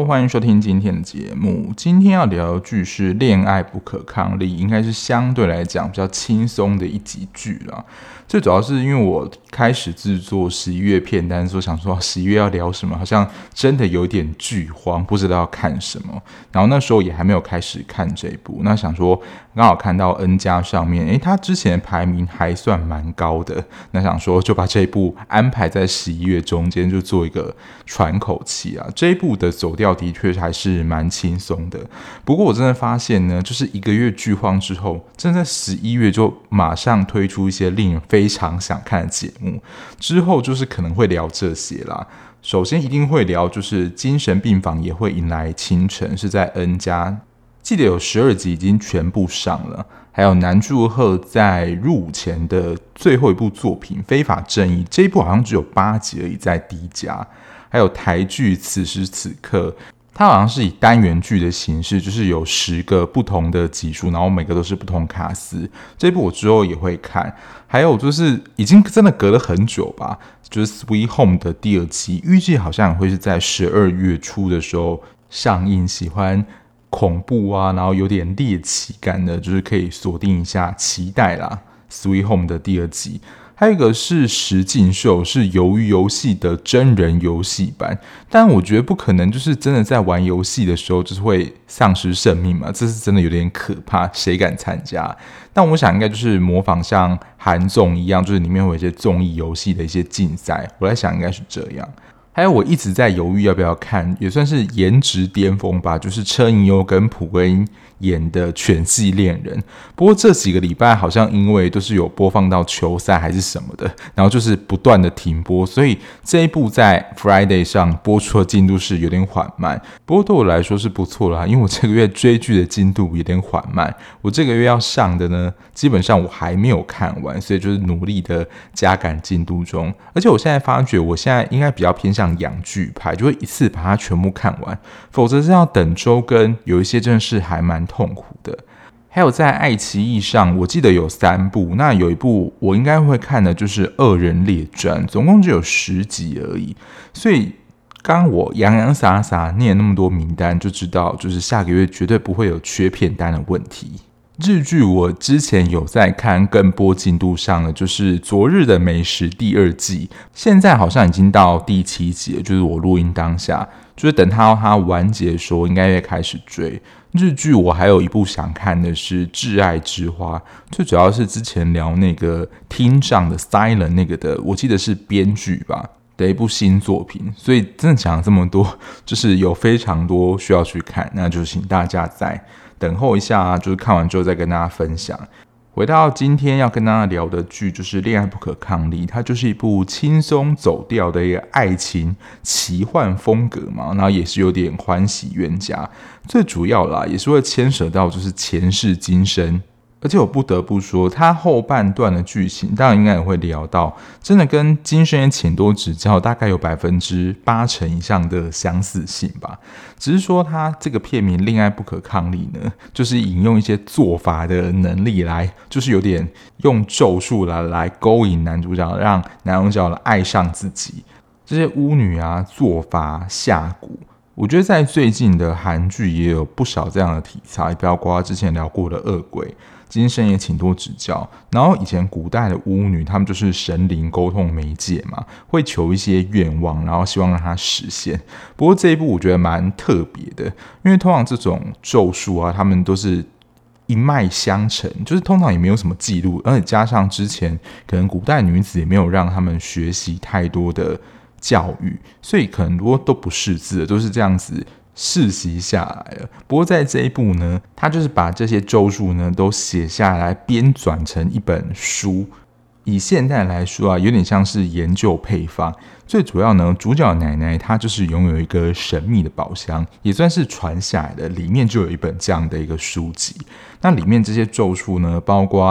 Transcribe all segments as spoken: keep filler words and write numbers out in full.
Hello， 欢迎收听今天的节目。今天要聊的剧是《恋爱不可抗力》，应该是相对来讲比较轻松的一集剧啦。最主要是因为我开始制作十一月片单的时候，想说十一月要聊什么，好像真的有点剧荒，不知道要看什么。然后那时候也还没有开始看这一部，那想说刚好看到 N 加上面，诶，他之前的排名还算蛮高的，那想说就把这一部安排在十一月中间，就做一个喘口气啊。这一部的走调的确还是蛮轻松的，不过我真的发现呢，就是一个月剧荒之后，真的在十一月就马上推出一些令人非常想看的节目，之后就是可能会聊这些啦。首先一定会聊，就是精神病房也会迎来清晨，是在 N 加，记得有十二集已经全部上了。还有南柱赫在入伍前的最后一部作品《非法正义》，这一部好像只有八集而已，在 D 加。还有台剧《此时此刻》，它好像是以单元剧的形式，就是有十个不同的集数，然后每个都是不同卡司。这一部我之后也会看。还有就是已经真的隔了很久吧，就是《Sweet Home》的第二季，预计好像会是在十二月初的时候上映。喜欢恐怖啊，然后有点猎奇感的，就是可以锁定一下，期待啦。Sweet Home 的第二季，还有一个是实境秀，是鱿鱼游戏的真人游戏版，但我觉得不可能，就是真的在玩游戏的时候，就是会丧失生命嘛，这是真的有点可怕，谁敢参加？但我想应该就是模仿像韩综一样，就是里面会有一些综艺游戏的一些竞赛，我在想应该是这样。还有我一直在犹豫要不要看，也算是颜值巅峰吧，就是车银优跟朴恩英演的《犬系恋人》。不过这几个礼拜好像因为都是有播放到球赛还是什么的，然后就是不断的停播，所以这一部在 Friday 上播出的进度是有点缓慢。不过对我来说是不错啦，因为我这个月追剧的进度有点缓慢，我这个月要上的呢，基本上我还没有看完，所以就是努力的加赶进度中。而且我现在发觉，我现在应该比较偏向养剧派，就会一次把它全部看完，否则是要等周更，有一些真的是还蛮痛苦的。还有在爱奇艺上，我记得有三部，那有一部我应该会看的就是《恶人列传》，总共只有十集而已，所以刚刚我洋洋洒洒念那么多名单，就知道就是下个月绝对不会有缺片单的问题。日剧我之前有在看，更播进度上了，就是《昨日的美食》第二季，现在好像已经到第七集了，就是我录音当下，就是等它到它完结的时候，应该会开始追。日剧我还有一部想看的是《挚爱之花》，最主要是之前聊那个听障的 Silent 那个的，我记得是编剧吧的一部新作品，所以真的讲了这么多，就是有非常多需要去看，那就请大家再等候一下，就是看完之后再跟大家分享。回到今天要跟大家聊的剧，就是《恋爱不可抗力》，它就是一部轻松走调的一个爱情奇幻风格嘛，然后也是有点欢喜冤家，最主要啦也是会牵扯到就是前世今生。而且我不得不说，他后半段的剧情，当然应该也会聊到，真的跟《今生也请多指教》大概有百分之八成以上的相似性吧。只是说他这个片名《恋爱不可抗力》呢，就是引用一些做法的能力来，就是有点用咒术来来勾引男主角，让男主角爱上自己。这些巫女啊，做法下蛊。我觉得在最近的韩剧也有不少这样的题材，包括之前聊过的恶鬼，今生也请多指教。然后以前古代的巫女，她们就是神灵沟通媒介嘛，会求一些愿望，然后希望让它实现。不过这一部我觉得蛮特别的，因为通常这种咒术啊，他们都是一脉相承，就是通常也没有什么记录，而且加上之前可能古代女子也没有让他们学习太多的教育，所以可能如果都不识字的，都是这样子世袭下来了。不过在这一部呢，他就是把这些咒术呢都写下来，编纂成一本书。以现代来说啊，有点像是研究配方。最主要呢，主角奶奶她就是拥有一个神秘的宝箱，也算是传下来的，里面就有一本这样的一个书籍。那里面这些咒术呢，包括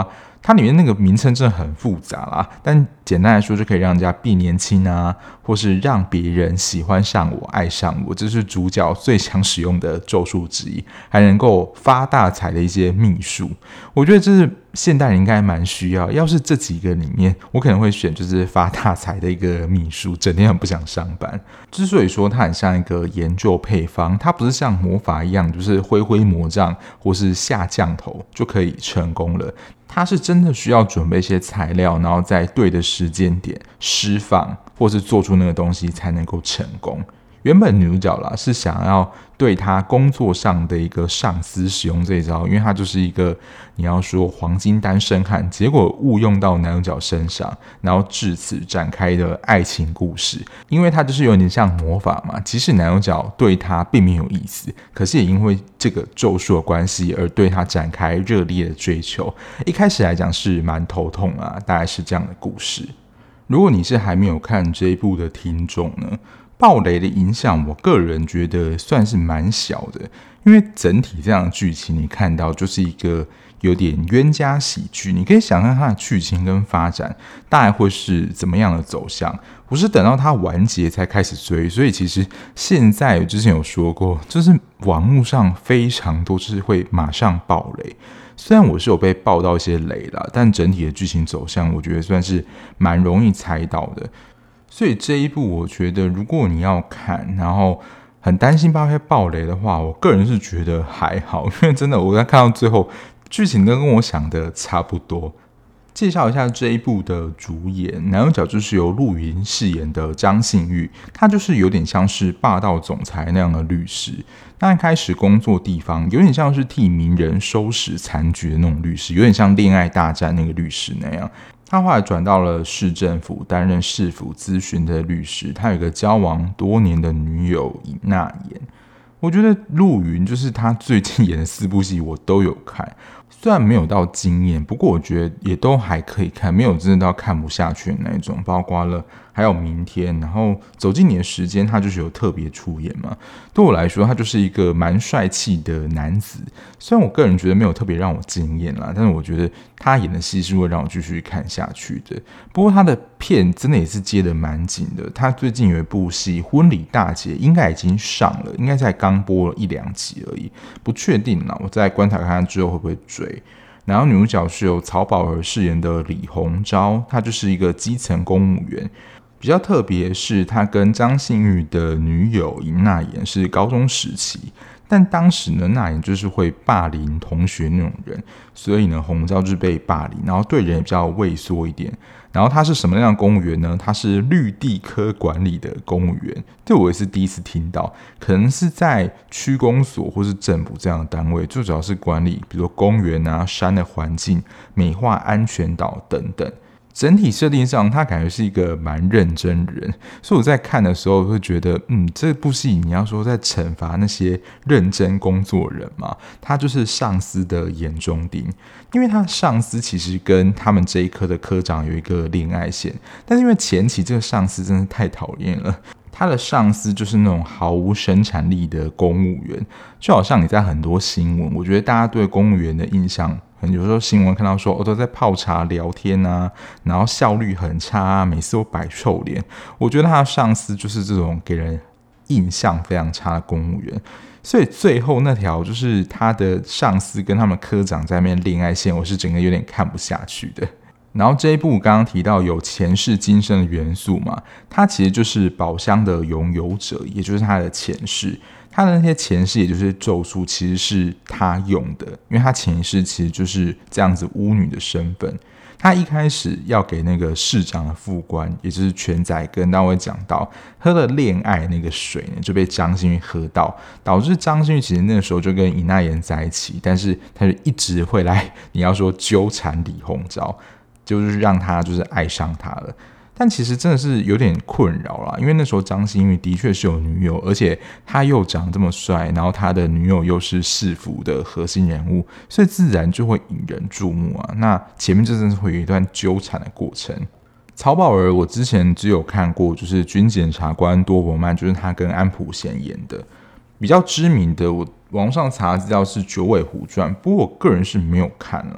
它里面那个名称真的很复杂啦，但简单来说就可以让人家变年轻啊，或是让别人喜欢上我、爱上我，这是主角最常使用的咒术之一，还能够发大财的一些秘术。我觉得这是现代人应该蛮需要，要是这几个里面，我可能会选就是发大财的一个秘术，整天很不想上班。之所以说它很像一个研究配方，它不是像魔法一样，就是挥挥魔杖或是下降头就可以成功了。它是真的需要准备一些材料，然后在对的时间点释放，或是做出那个东西才能够成功。原本女主角啦是想要对她工作上的一个上司使用这一招，因为她就是一个你要说黄金单身汉，结果误用到男主角身上，然后至此展开的爱情故事。因为她就是有点像魔法嘛，即使男主角对她并没有意思，可是也因为这个咒术的关系而对她展开热烈的追求。一开始来讲是蛮头痛啊，大概是这样的故事。如果你是还没有看这一部的听众呢，暴雷的影响，我个人觉得算是蛮小的，因为整体这样的剧情你看到就是一个有点冤家喜剧，你可以想象它的剧情跟发展大概会是怎么样的走向。我是等到它完结才开始追，所以其实现在我之前有说过，就是网络上非常多就是会马上爆雷。虽然我是有被爆到一些雷啦，但整体的剧情走向我觉得算是蛮容易猜到的。所以这一部我觉得如果你要看，然后很担心怕会爆雷的话，我个人是觉得还好，因为真的我在看到最后剧情都跟我想的差不多。介绍一下这一部的主演，男主角就是由陆云饰演的张信玉，他就是有点像是霸道总裁那样的律师。那一开始工作地方有点像是替名人收拾残局的那种律师，有点像恋爱大战那个律师那样。他后来转到了市政府担任市府咨询的律师，他有一个交往多年的女友尹娜妍。我觉得陆云就是他最近演的四部戏我都有看，虽然没有到惊艳，不过我觉得也都还可以看，没有真的到看不下去的那种。包括了还有明天，然后走进你的时间，他就是有特别出演嘛。对我来说，他就是一个蛮帅气的男子。虽然我个人觉得没有特别让我惊艳啦，但是我觉得他演的戏是会让我继续看下去的。不过他的片真的也是接得蛮紧的。他最近有一部戏《婚礼大捷》，应该已经上了，应该才刚播了一两集而已，不确定啦。我再观察看看之后会不会追。然后女主角是由曹宝儿饰演的李鸿昭，她就是一个基层公务员。比较特别是，她跟张信玉的女友尹娜妍是高中时期，但当时呢，娜妍就是会霸凌同学那种人，所以呢，鸿昭就是被霸凌，然后对人也比较畏缩一点。然后他是什么样的公务员呢？他是绿地科管理的公务员，这我也是第一次听到，可能是在区公所或是政府这样的单位，最主要是管理，比如说公园啊、山的环境、美化安全岛等等。整体设定上，他感觉是一个蛮认真的人，所以我在看的时候会觉得，嗯，这部戏你要说在惩罚那些认真工作人嘛，他就是上司的眼中钉，因为他上司其实跟他们这一科的科长有一个恋爱线，但是因为前期这个上司真的太讨厌了。他的上司就是那种毫无生产力的公务员，就好像你在很多新闻，我觉得大家对公务员的印象，可能有时候新闻看到说，哦，都在泡茶聊天啊，然后效率很差啊，每次都摆臭脸。我觉得他的上司就是这种给人印象非常差的公务员，所以最后那条就是他的上司跟他们科长在那边恋爱线，我是整个有点看不下去的。然后这一部刚刚提到有前世今生的元素嘛，它其实就是宝箱的拥有者，也就是他的前世。他的那些前世，也就是咒术，其实是他用的，因为他前世其实就是这样子巫女的身份。他一开始要给那个市长的副官，也就是全宰根，当我会讲到喝了恋爱那个水呢，就被张馨予喝到，导致张馨予其实那个时候就跟尹娜妍在一起，但是他就一直会来，你要说纠缠李鸿昭。就是让他就是爱上他了，但其实真的是有点困扰啦，因为那时候张馨予的确是有女友，而且他又长这么帅，然后他的女友又是市府的核心人物，所以自然就会引人注目啊。那前面就真的会有一段纠缠的过程。曹宝儿我之前只有看过，就是军检察官多伯曼，就是他跟安普贤演的，比较知名的我网上查资料是《九尾狐传》，不过我个人是没有看啦。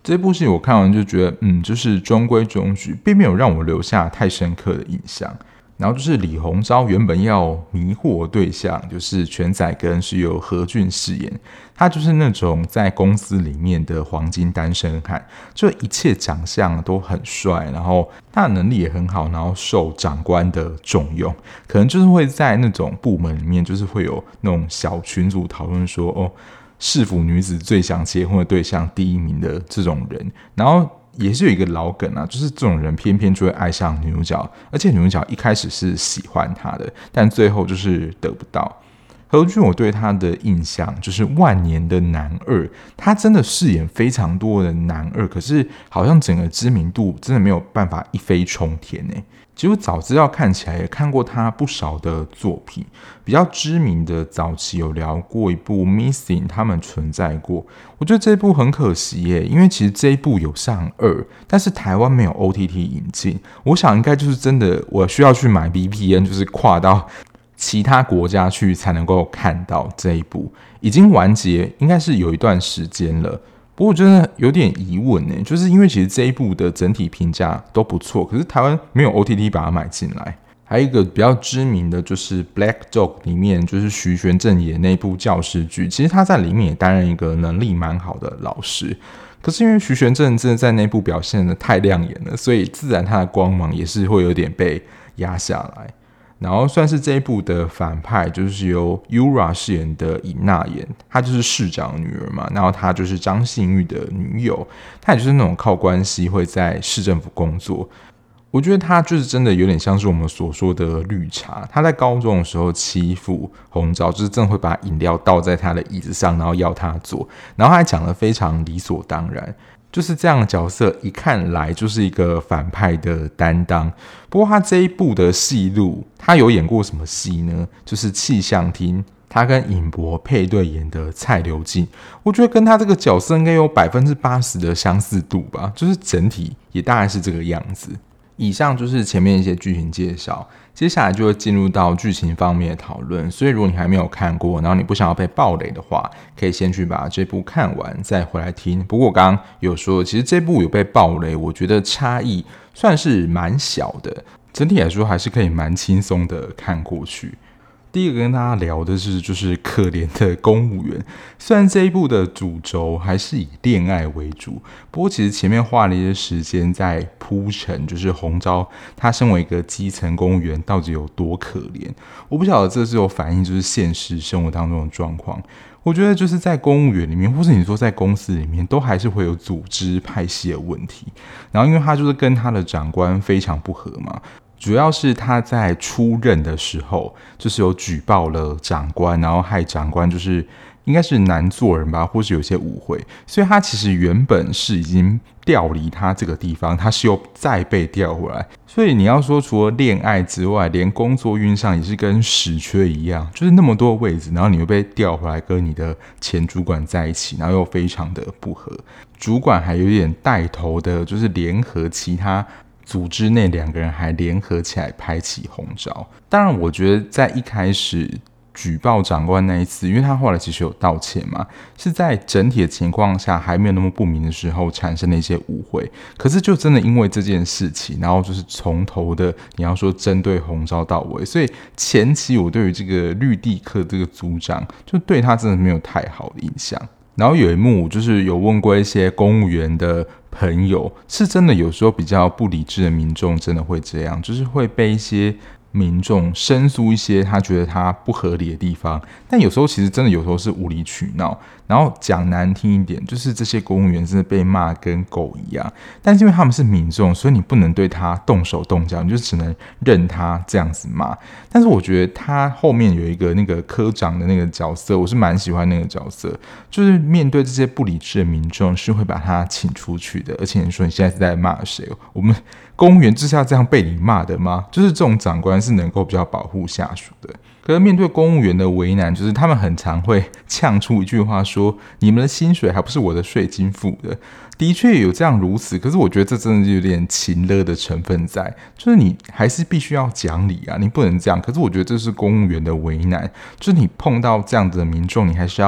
这部戏我看完就觉得，嗯，就是中规中矩，并没有让我留下太深刻的印象。然后就是李鸿章原本要迷惑对象，就是全宰根是由何俊饰演，他就是那种在公司里面的黄金单身汉，就一切长相都很帅，然后他的能力也很好，然后受长官的重用，可能就是会在那种部门里面，就是会有那种小群组讨论说，哦，市府女子最想结婚的对象第一名的这种人，然后也是有一个老梗啊，就是这种人偏偏就会爱上女主角，而且女主角一开始是喜欢他的，但最后就是得不到。何俊我对他的印象就是万年的男二，他真的饰演非常多的男二，可是好像整个知名度真的没有办法一飞冲天耶。其实我早知道看起来也看过他不少的作品，比较知名的早期有聊过一部 Missing， 他们存在过。我觉得这一部很可惜耶，因为其实这一部有上二，但是台湾没有 O T T 引进。我想应该就是真的，我需要去买 V P N， 就是跨到其他国家去才能够看到这一部。已经完结，应该是有一段时间了。不过我真的有点疑问呢，就是因为其实这一部的整体评价都不错，可是台湾没有 O T T 把它买进来。还有一个比较知名的就是《Black Dog》里面，就是徐玄正演那部教师剧，其实他在里面也担任一个能力蛮好的老师。可是因为徐玄正真的在那部表现的太亮眼了，所以自然他的光芒也是会有点被压下来。然后算是这一部的反派，就是由 Yura 饰演的尹娜演，她就是市长的女儿嘛，然后她就是张信玉的女友，她也就是那种靠关系会在市政府工作。我觉得她就是真的有点像是我们所说的绿茶，她在高中的时候欺负洪昭，就是真的会把饮料倒在她的椅子上，然后要她做，然后她还讲得非常理所当然。就是这样的角色，一看来就是一个反派的担当。不过他这一部的戏路，他有演过什么戏呢？就是气象厅，他跟尹博配对演的蔡流进，我觉得跟他这个角色应该有百分之八十的相似度吧，就是整体也大概是这个样子。以上就是前面一些剧情介绍，接下来就会进入到剧情方面的讨论。所以如果你还没有看过，然后你不想要被爆雷的话，可以先去把这部看完再回来听。不过我刚刚有说，其实这部有被爆雷，我觉得差异算是蛮小的，整体来说还是可以蛮轻松的看过去。第一个跟大家聊的是就是可怜的公务员，虽然这一部的主轴还是以恋爱为主，不过其实前面花了一些时间在铺陈，就是洪昭他身为一个基层公务员到底有多可怜。我不晓得这是有反映就是现实生活当中的状况。我觉得就是在公务员里面，或是你说在公司里面，都还是会有组织派系的问题。然后因为他就是跟他的长官非常不合嘛，主要是他在出任的时候，就是有举报了长官，然后害长官就是应该是难做人吧，或是有些误会，所以他其实原本是已经调离他这个地方，他是又再被调回来。所以你要说除了恋爱之外，连工作运上也是跟屎缺一样，就是那么多位置，然后你又被调回来跟你的前主管在一起，然后又非常的不合，主管还有点带头的，就是联合其他组织内两个人还联合起来拍起洪昭。当然我觉得在一开始举报长官那一次，因为他后来其实有道歉嘛，是在整体的情况下还没有那么不明的时候产生了一些误会。可是就真的因为这件事情，然后就是从头的你要说针对洪昭到尾，所以前期我对于这个绿地课这个组长就对他真的没有太好的印象。然后有一幕就是有问过一些公务员的朋友，是真的有时候比较不理智的民众真的会这样，就是会被一些民众申诉一些他觉得他不合理的地方，但有时候其实真的有时候是无理取闹。然后讲难听一点，就是这些公务员真的被骂跟狗一样，但是因为他们是民众，所以你不能对他动手动脚，你就只能任他这样子骂。但是我觉得他后面有一个那个科长的那个角色，我是蛮喜欢那个角色，就是面对这些不理智的民众是会把他请出去的。而且你说你现在是在骂谁？我们公务员就是要这样被你骂的吗？就是这种长官是能够比较保护下属的。可是面对公务员的为难，就是他们很常会呛出一句话说，你们的薪水还不是我的税金付的。的确有这样如此，可是我觉得这真的是有点情勒的成分在，就是你还是必须要讲理啊，你不能这样。可是我觉得这是公务员的为难，就是你碰到这样子的民众，你还是要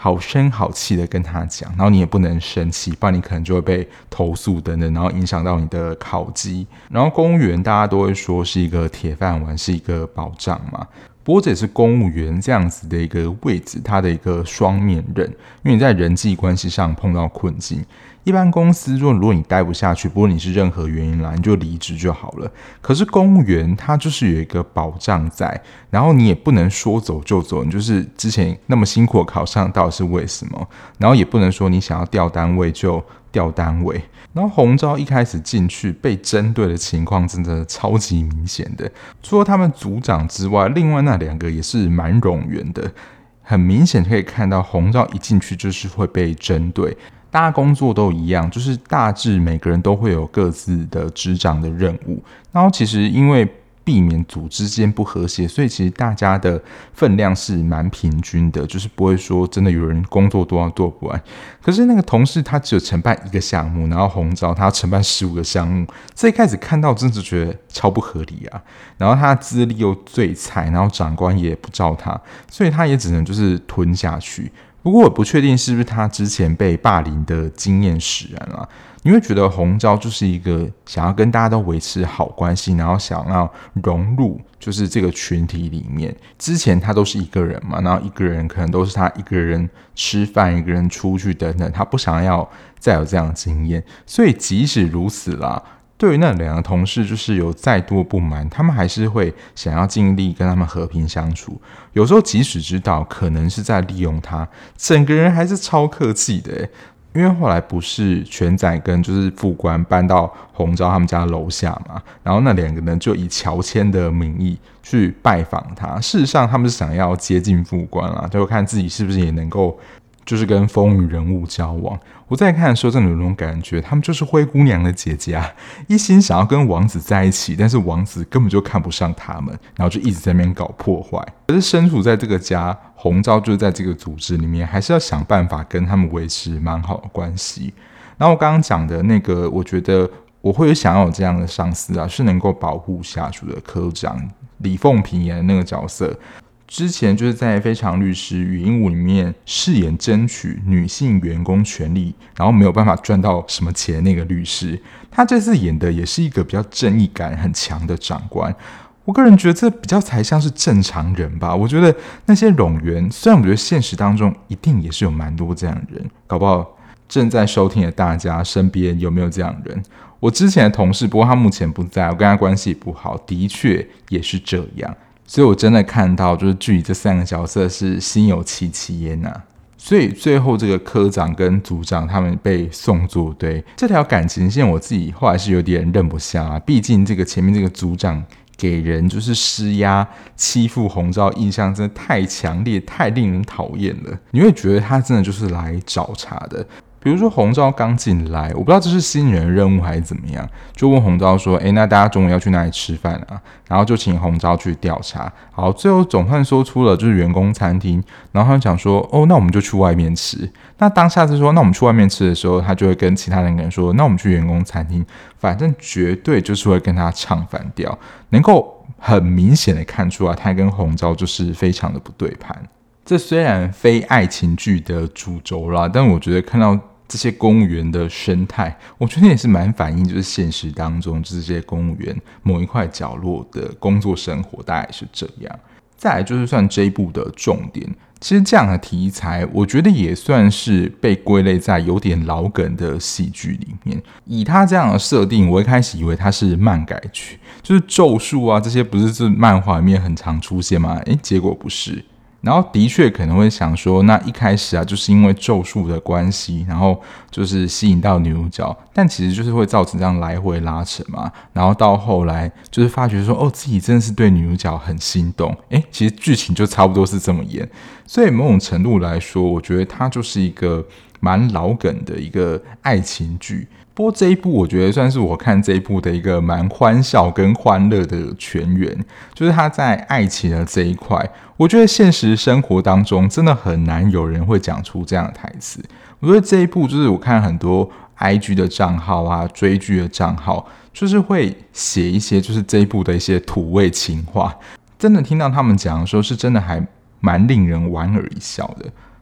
好声好气的跟他讲，然后你也不能生气，不然你可能就会被投诉等等，然后影响到你的考绩。然后公务员大家都会说是一个铁饭碗，是一个保障嘛。不过这也是公务员这样子的一个位置，它的一个双面刃，因为你在人际关系上碰到困境。一般公司如果如果你待不下去，不论你是任何原因啦，你就离职就好了。可是公务员他就是有一个保障在，然后你也不能说走就走，你就是之前那么辛苦的考上到底是为什么？然后也不能说你想要调单位就调单位。然后红昭一开始进去被针对的情况真的超级明显的，除了他们组长之外，另外那两个也是蛮冗员的，很明显可以看到红昭一进去就是会被针对。大家工作都一样，就是大致每个人都会有各自的职掌的任务，然后其实因为避免组织之间不和谐，所以其实大家的分量是蛮平均的，就是不会说真的有人工作多到做不完。可是那个同事他只有承办一个项目，然后红昭他承办十五个项目，这一开始看到真的觉得超不合理啊。然后他的资历又最菜，然后长官也不照他，所以他也只能就是吞下去。不过我不确定是不是他之前被霸凌的经验使然啦。你会觉得红昭就是一个想要跟大家都维持好关系，然后想要融入就是这个群体里面。之前他都是一个人嘛，然后一个人可能都是他一个人吃饭，一个人出去等等，他不想要再有这样的经验。所以即使如此啦，对于那两个同事就是有再多不满，他们还是会想要尽力跟他们和平相处。有时候即使知道可能是在利用他，整个人还是超客气的耶。因为后来不是全仔跟就是副官搬到红昭他们家楼下嘛，然后那两个人就以乔迁的名义去拜访他。事实上他们是想要接近副官啦，就看自己是不是也能够就是跟风云人物交往。我在看的时候真的有那种感觉，他们就是灰姑娘的姐姐啊，一心想要跟王子在一起，但是王子根本就看不上他们，然后就一直在那边搞破坏。可是身处在这个家，红昭就是在这个组织里面，还是要想办法跟他们维持蛮好的关系。然后我刚刚讲的那个，我觉得我会想要有这样的上司啊，是能够保护下属的科长李凤萍演的那个角色。之前就是在《非常律师禹英禑》里面饰演争取女性员工权利，然后没有办法赚到什么钱的那个律师，他这次演的也是一个比较正义感很强的长官。我个人觉得这比较才像是正常人吧。我觉得那些冗员，虽然我觉得现实当中一定也是有蛮多这样的人，搞不好正在收听的大家身边有没有这样的人？我之前的同事，不过他目前不在，我跟他关系不好，的确也是这样。所以我真的看到就是剧里这三个角色是心有戚戚焉啊。所以最后这个科长跟组长他们被送作堆，这条感情线我自己后来是有点认不下啊。毕竟这个前面这个组长给人就是施压欺负红昭印象真的太强烈，太令人讨厌了。你会觉得他真的就是来找茬的。比如说红昭刚进来，我不知道这是新人的任务还是怎么样，就问红昭说：“哎，那大家中午要去哪里吃饭啊？”然后就请红昭去调查。好，最后总算说出了就是员工餐厅，然后他就讲说：“哦，那我们就去外面吃。”那当下次说：“那我们去外面吃的时候，他就会跟其他人说：‘那我们去员工餐厅。’反正绝对就是会跟他唱反调，能够很明显的看出来，他跟红昭就是非常的不对盘。这虽然非爱情剧的主轴啦，但我觉得看到这些公务员的生态，我觉得也是蛮反映就是现实当中这些公务员某一块角落的工作生活大概是这样。再来就是算这一部的重点，其实这样的题材我觉得也算是被归类在有点老梗的戏剧里面。以他这样的设定，我一开始以为它是漫改剧，就是咒术啊这些不是是漫画里面很常出现吗？诶，结果不是。然后的确可能会想说，那一开始啊，就是因为咒术的关系，然后就是吸引到女主角，但其实就是会造成这样来回拉扯嘛。然后到后来就是发觉说，哦，自己真的是对女主角很心动，诶，其实剧情就差不多是这么演。所以某种程度来说，我觉得它就是一个蛮老梗的一个爱情剧。不过这一部我觉得算是我看这一部的一个蛮欢笑跟欢乐的泉源，就是他在爱情的这一块，我觉得现实生活当中真的很难有人会讲出这样的台词。我觉得这一部就是我看很多 I G 的账号啊，追剧的账号，就是会写一些就是这一部的一些土味情话，真的听到他们讲的时候，是真的还蛮令人莞尔一笑的。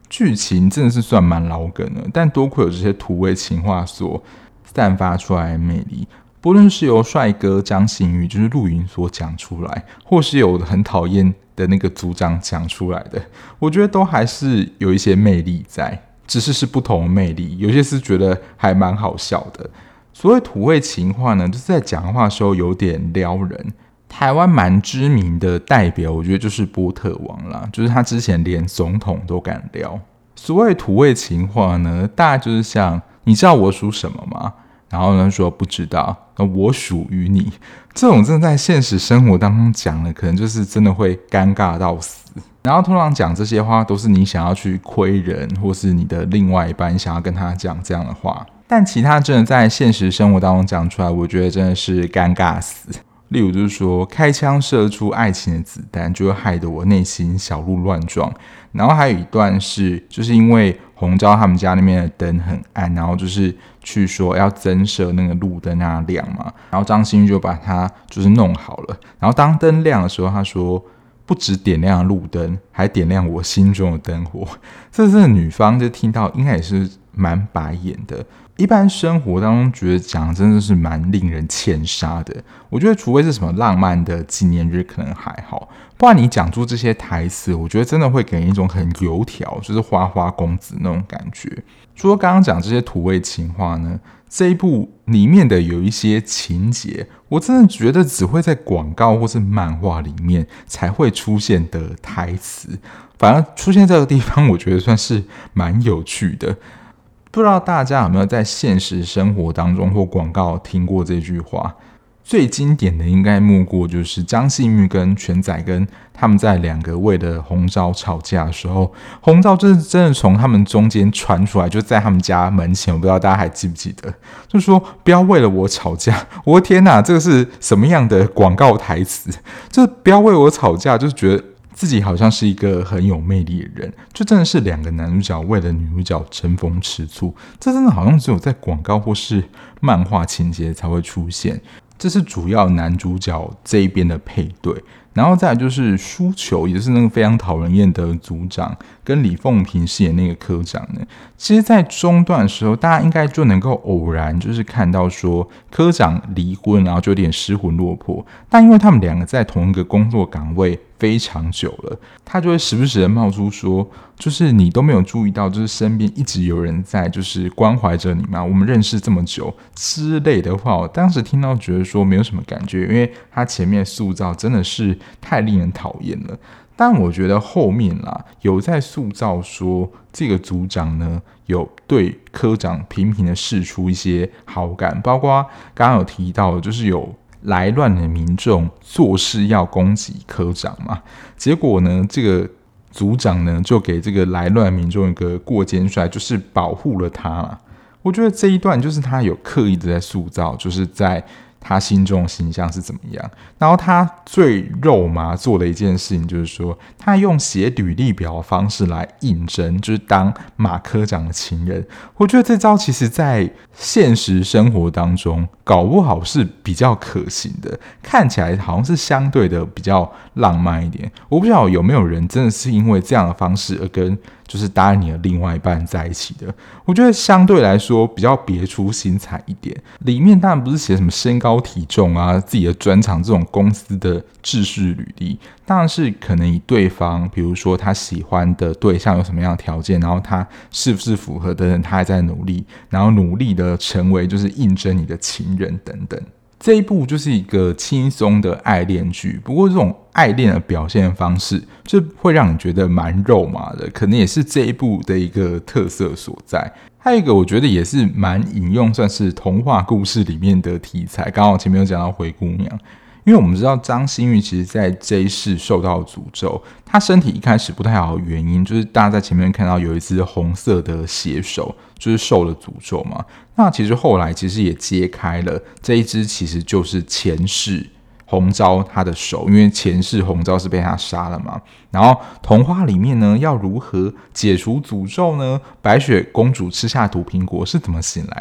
剧情真的是算蛮老梗的，但多亏有这些土味情话所散发出来的魅力。不论是由帅哥张馨予就是陆云所讲出来，或是有很讨厌的那个组长讲出来的，我觉得都还是有一些魅力在，只是是不同的魅力，有些是觉得还蛮好笑的。所谓土味情话呢，就是在讲话的时候有点撩人。台湾蛮知名的代表，我觉得就是波特王啦，就是他之前连总统都敢撩。所谓土味情话呢，大概就是像你知道我属什么吗？然后呢说不知道，那我属于你，这种真的在现实生活当中讲了，可能就是真的会尴尬到死。然后通常讲这些话都是你想要去亏人，或是你的另外一半想要跟他讲这样的话，但其他真的在现实生活当中讲出来，我觉得真的是尴尬死。例如就是说，开枪射出爱情的子弹，就会害得我内心小鹿乱撞。然后还有一段是，就是因为洪昭他们家那边的灯很暗，然后就是去说要增设那个路灯让它亮嘛，然后张馨予就把它就是弄好了。然后当灯亮的时候，他说不只点亮路灯，还点亮我心中的灯火。这是女方就听到，应该也是蛮白眼的。一般生活当中觉得讲真的是蛮令人欠杀的，我觉得除非是什么浪漫的纪念日可能还好，不然你讲出这些台词，我觉得真的会给人一种很油条，就是花花公子那种感觉。除了刚刚讲这些土味情话呢，这一部里面的有一些情节，我真的觉得只会在广告或是漫画里面才会出现的台词，反而出现这个地方，我觉得算是蛮有趣的。不知道大家有没有在现实生活当中或广告听过这句话？最经典的应该莫过就是张馨予跟全宰根他们在两个为了洪昭吵架的时候，洪昭就是真的从他们中间传出来，就在他们家门前，我不知道大家还记不记得，就是说不要为了我吵架。我的天哪，这个是什么样的广告台词？就是不要为我吵架，就是觉得自己好像是一个很有魅力的人，就真的是两个男主角为了女主角争风吃醋，这真的好像只有在广告或是漫画情节才会出现。这是主要男主角这一边的配对，然后再来就是书球，也就是那个非常讨人厌的组长，跟李凤萍饰演那个科长呢。其实，在中段的时候，大家应该就能够偶然就是看到说，科长离婚，然后就有点失魂落魄。但因为他们两个在同一个工作岗位非常久了，他就会时不时的冒出说，就是你都没有注意到，就是身边一直有人在，就是关怀着你嘛。我们认识这么久之类的话，我当时听到觉得说没有什么感觉，因为他前面塑造真的是太令人讨厌了。但我觉得后面啦，有在塑造说这个组长呢，有对科长频频的释出一些好感，包括刚刚有提到的，就是有来乱的民众做事要攻击科长嘛，结果呢，这个组长呢就给这个来乱的民众一个过肩摔，就是保护了他啦。我觉得这一段就是他有刻意的在塑造，就是在他心中的形象是怎么样。然后他最肉麻做的一件事情就是说，他用写履历表的方式来应征，就是当马科长的情人。我觉得这招其实在现实生活当中搞不好是比较可行的，看起来好像是相对的比较浪漫一点。我不知道有没有人真的是因为这样的方式而跟就是答应你的另外一半在一起的。我觉得相对来说比较别出心裁一点。里面当然不是写什么身高体重啊、自己的专长这种公司的制式履历，当然是可能以对方，比如说他喜欢的对象有什么样的条件，然后他是不是符合的人，他还在努力，然后努力的成为就是应征你的情人等等。这一部就是一个轻松的爱恋剧，不过这种爱恋的表现方式就会让你觉得蛮肉麻的，可能也是这一部的一个特色所在。还有一个我觉得也是蛮引用算是童话故事里面的题材，刚好前面有讲到灰姑娘，因为我们知道张馨予其实在这一世受到诅咒，她身体一开始不太好的原因就是大家在前面看到有一只红色的血手，就是受了诅咒嘛。那其实后来其实也揭开了这一只其实就是前世洪昭他的手，因为前世洪昭是被他杀了嘛。然后童话里面呢，要如何解除诅咒呢？白雪公主吃下毒苹果是怎么醒来的？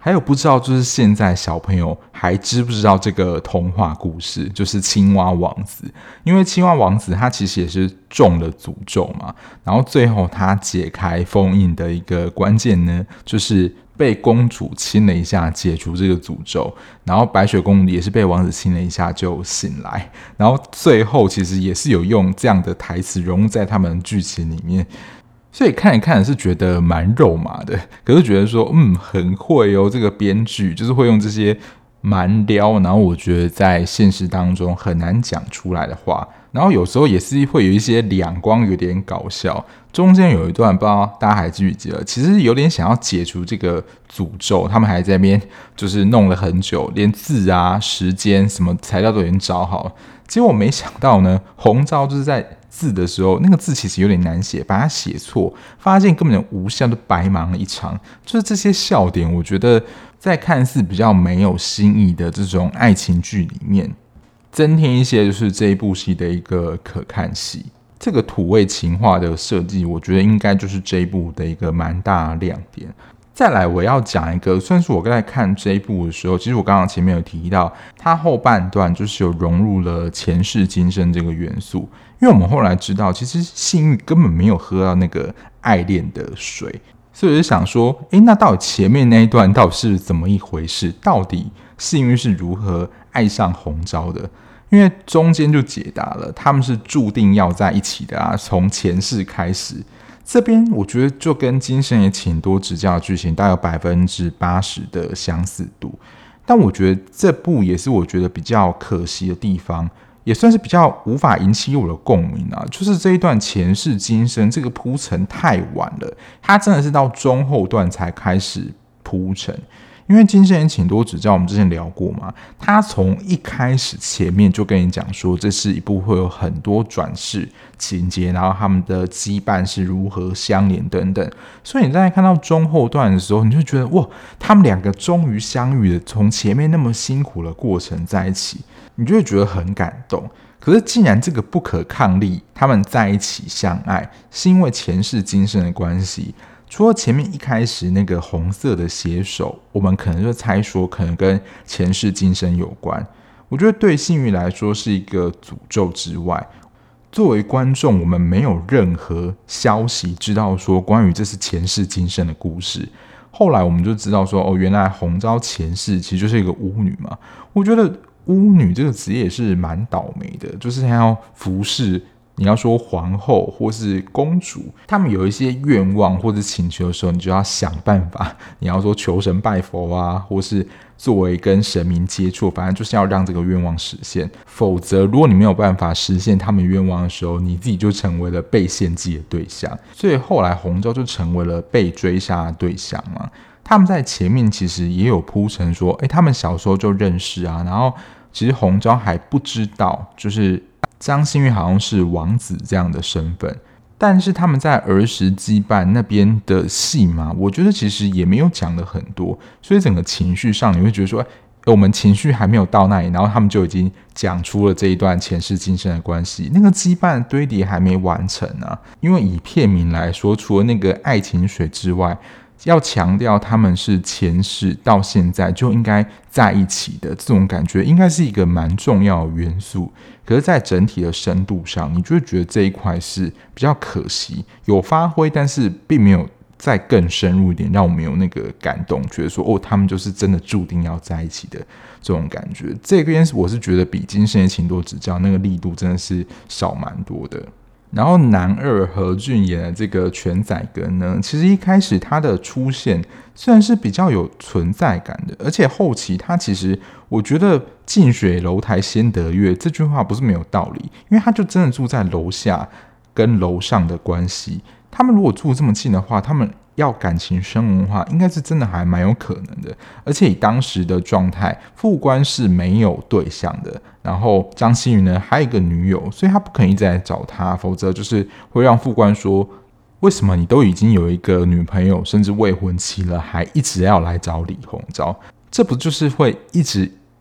还有不知道就是现在小朋友还知不知道这个童话故事，就是青蛙王子。因为青蛙王子他其实也是中了诅咒嘛，然后最后他解开封印的一个关键呢，就是被公主亲了一下解除这个诅咒，然后白雪公主也是被王子亲了一下就醒来，然后最后其实也是有用这样的台词融入在他们的剧情里面。所以看一看是觉得蛮肉麻的，可是觉得说嗯很会哦，这个编剧就是会用这些蛮撩，然后我觉得在现实当中很难讲出来的话，然后有时候也是会有一些两光有点搞笑。中间有一段不知道大家还记不记得，其实有点想要解除这个诅咒，他们还在那边就是弄了很久，连字啊时间什么材料都已经找好了，结果没想到呢，红昭就是在字的时候，那个字其实有点难写，把它写错，发现根本无效，就白忙了一场。就是这些笑点，我觉得在看似比较没有新意的这种爱情剧里面，增添一些就是这一部戏的一个可看性。这个土味情话的设计，我觉得应该就是这一部的一个蛮大的亮点。再来我要讲一个，算是我刚才看这一部的时候，其实我刚刚前面有提到，它后半段就是有融入了前世今生这个元素。因为我们后来知道，其实幸运根本没有喝到那个爱恋的水，所以我就想说，诶，那到底前面那一段到底是怎么一回事？到底幸运是如何爱上红昭的？因为中间就解答了，他们是注定要在一起的啊，从前世开始。这边我觉得就跟今生也请多指教的剧情大概有百分之八十的相似度，但我觉得这部也是我觉得比较可惜的地方，也算是比较无法引起我的共鸣啊。就是这一段前世今生这个铺陈太晚了，它真的是到中后段才开始铺陈。因为今生也请多指教，我们之前聊过嘛，他从一开始前面就跟你讲说，这是一部会有很多转世情节，然后他们的羁绊是如何相连等等，所以你在看到中后段的时候，你就觉得哇，他们两个终于相遇了，从前面那么辛苦的过程在一起，你就会觉得很感动。可是既然这个不可抗力，他们在一起相爱，是因为前世今生的关系。除了前面一开始那个红色的写手，我们可能就猜说可能跟前世今生有关。我觉得对幸运来说是一个诅咒之外，作为观众，我们没有任何消息知道说关于这是前世今生的故事。后来我们就知道说，哦，原来红昭前世其实就是一个巫女嘛。我觉得巫女这个职业是蛮倒霉的，就是她要服侍。你要说皇后或是公主，他们有一些愿望或者请求的时候，你就要想办法。你要说求神拜佛啊，或是作为跟神明接触，反正就是要让这个愿望实现。否则，如果你没有办法实现他们愿望的时候，你自己就成为了被献祭的对象。所以后来红昭就成为了被追杀的对象嘛。他们在前面其实也有铺陈说，诶，他们小时候就认识啊，然后其实红昭还不知道，就是张馨予好像是王子这样的身份，但是他们在儿时羁绊那边的戏嘛，我觉得其实也没有讲的很多，所以整个情绪上你会觉得说，欸，我们情绪还没有到那里，然后他们就已经讲出了这一段前世今生的关系，那个羁绊堆叠还没完成啊。因为以片名来说，除了那个爱情水之外，要强调他们是前世到现在就应该在一起的这种感觉，应该是一个蛮重要的元素。可是，在整体的深度上，你就会觉得这一块是比较可惜，有发挥，但是并没有再更深入一点，让我们有那个感动，觉得说哦，他们就是真的注定要在一起的这种感觉。这边我是觉得比今生也请多指教那个力度真的是少蛮多的。然后男二何俊演的这个全宰根呢，其实一开始他的出现虽然是比较有存在感的，而且后期他其实我觉得近水楼台先得月这句话不是没有道理，因为他就真的住在楼下跟楼上的关系，他们如果住这么近的话，他们要感情深浓的话，应该是真的还蛮有可能的。而且以当时的状态，副官是没有对象的，然后张馨予呢还有一个女友，所以他不可能一直来找他，否则就是会让副官说，为什么你都已经有一个女朋友甚至未婚妻了，还一直要来找李鸿章？这不就是会一直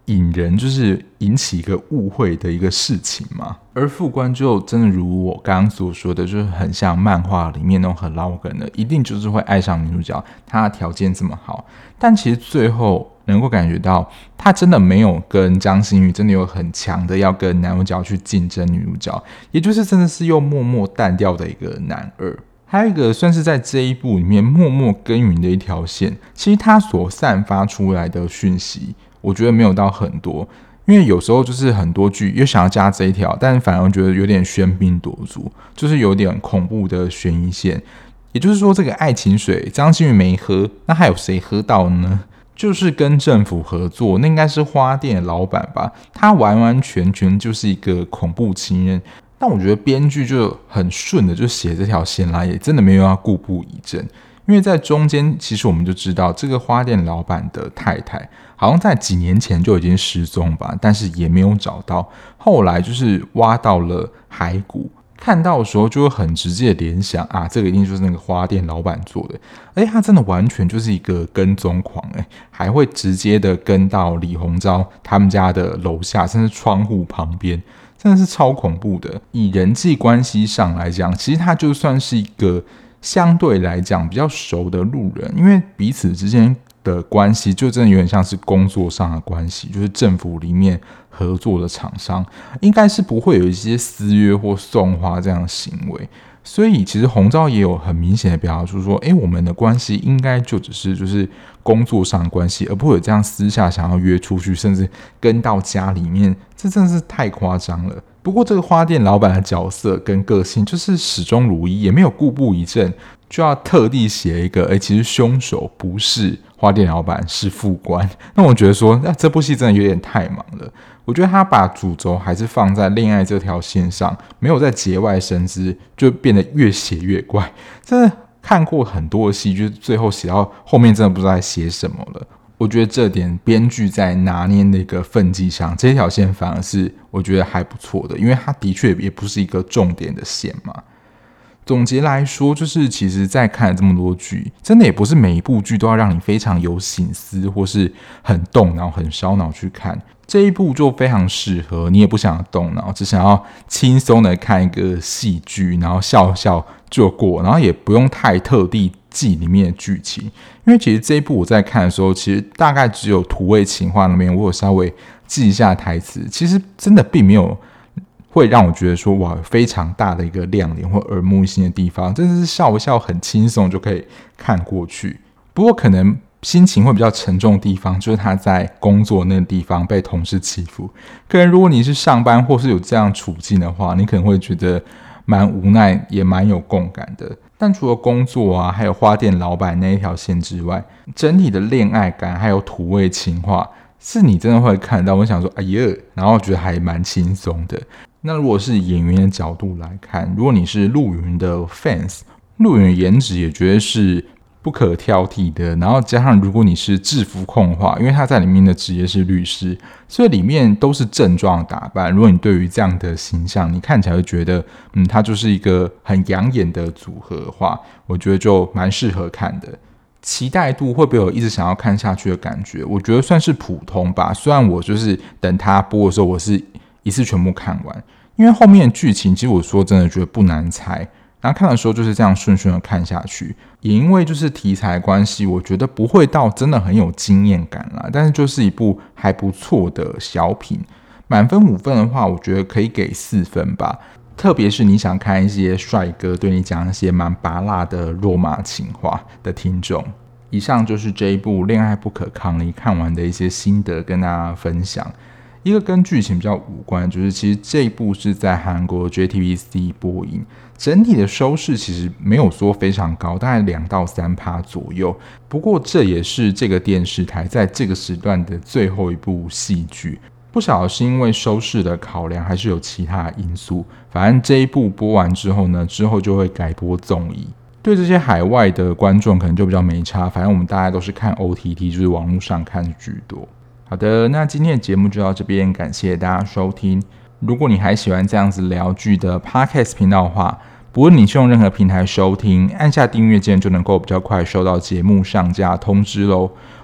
引人就是引起一个误会的一个事情嘛。而副官就真的如我刚刚所说的，就是很像漫画里面那种很老梗的，一定就是会爱上女主角，她的条件这么好，但其实最后能够感觉到他真的没有跟张馨予真的有很强的要跟男主角去竞争女主角，也就是真的是又默默淡掉的一个男二。还有一个算是在这一部里面默默耕耘的一条线，其实他所散发出来的讯息我觉得没有到很多，因为有时候就是很多剧又想要加这一条，但反而觉得有点喧宾夺主，就是有点恐怖的悬疑线。也就是说这个爱情水张馨予没喝，那还有谁喝到呢？就是跟政府合作，那应该是花店的老板吧，他完完全全就是一个恐怖情人。但我觉得编剧就很顺的就写这条线来，也真的没有要故布疑阵。因为在中间其实我们就知道这个花店老板的太太好像在几年前就已经失踪吧，但是也没有找到，后来就是挖到了骸骨，看到的时候就会很直接的联想啊，这个一定就是那个花店老板做的。而且他真的完全就是一个跟踪狂，欸，还会直接的跟到李鸿章他们家的楼下，甚至窗户旁边，真的是超恐怖的。以人际关系上来讲，其实他就算是一个相对来讲比较熟的路人，因为彼此之间的关系就真的有点像是工作上的关系，就是政府里面合作的厂商，应该是不会有一些私约或送花这样的行为。所以其实洪昭也有很明显的表达出说，诶，我们的关系应该就只是就是工作上的关系，而不会有这样私下想要约出去，甚至跟到家里面，这真的是太夸张了。不过这个花店老板的角色跟个性就是始终如一，也没有故布疑阵，就要特地写一个，诶，其实凶手不是花店老板，是副官。那我觉得说，那这部戏真的有点太忙了。我觉得他把主轴还是放在恋爱这条线上，没有在节外生枝，就变得越写越怪。真的看过很多的戏，就是最后写到后面真的不知道在写什么了。我觉得这点编剧在拿捏的一个分际上，这条线反而是我觉得还不错的，因为它的确也不是一个重点的线嘛。总结来说，就是其实在看了这么多剧，真的也不是每一部剧都要让你非常有省思或是很动脑很烧脑去看，这一部就非常适合你也不想要动脑，只想要轻松的看一个戏剧，然后笑笑就过，然后也不用太特地记里面的剧情。因为其实这一部我在看的时候，其实大概只有土味情话那边我有稍微记一下台词，其实真的并没有会让我觉得说哇非常大的一个亮点或耳目一新的地方，真的是笑一笑很轻松就可以看过去。不过可能心情会比较沉重的地方，就是他在工作那个地方被同事欺负。可能如果你是上班或是有这样处境的话，你可能会觉得蛮无奈，也蛮有共感的。但除了工作啊，还有花店老板那一条线之外，整体的恋爱感还有土味情话，是你真的会看到。我想说，哎呀，然后觉得还蛮轻松的。那如果是演员的角度来看，如果你是陆云的 fans， 陆云的颜值也觉得是不可挑剔的，然后加上如果你是制服控的话，因为他在里面的职业是律师，所以里面都是正装的打扮。如果你对于这样的形象，你看起来会觉得，嗯，他就是一个很养眼的组合的话，我觉得就蛮适合看的。期待度会不会有一直想要看下去的感觉？我觉得算是普通吧。虽然我就是等他播的时候，我是一次全部看完，因为后面的剧情其实我说真的觉得不难猜，然后看的时候就是这样顺顺的看下去。也因为就是题材关系，我觉得不会到真的很有惊艳感啦，但是就是一部还不错的小品。满分五分的话，我觉得可以给四分吧。特别是你想看一些帅哥对你讲一些蛮拔辣的肉麻情话的听众。以上就是这一部《恋爱不可抗力》看完的一些心得跟大家分享。一个跟剧情比较无关，就是其实这一部是在韩国 J T B C 播映，整体的收视其实没有说非常高，大概两到三趴左右。不过这也是这个电视台在这个时段的最后一部戏剧，不晓得是因为收视的考量，还是有其他的因素。反正这一部播完之后呢，之后就会改播综艺。对这些海外的观众可能就比较没差，反正我们大家都是看 O T T， 就是网络上看居多。好的，那今天的节目就到这边，感谢大家收听。如果你还喜欢这样子聊剧的 Podcast 频道的话，不论你是用任何平台收听，按下订阅键就能够比较快收到节目上架通知咯。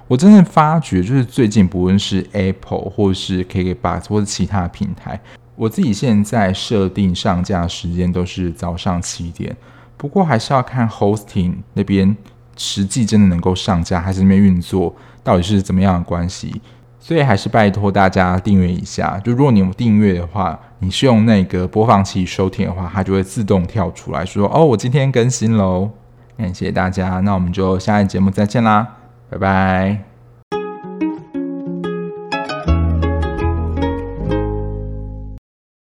我真的发觉，就是最近不论是 Apple 或是 K K B O X 或是其他平台，我自己现在设定上架时间都是早上七点，不过还是要看 hosting 那边实际真的能够上架还是那边运作到底是怎么样的关系，所以还是拜托大家订阅一下。就如果你有订阅的话，你是用那个播放器收听的话，它就会自动跳出来说哦，我今天更新喽。感谢大家，那我们就下一节目再见啦，拜拜。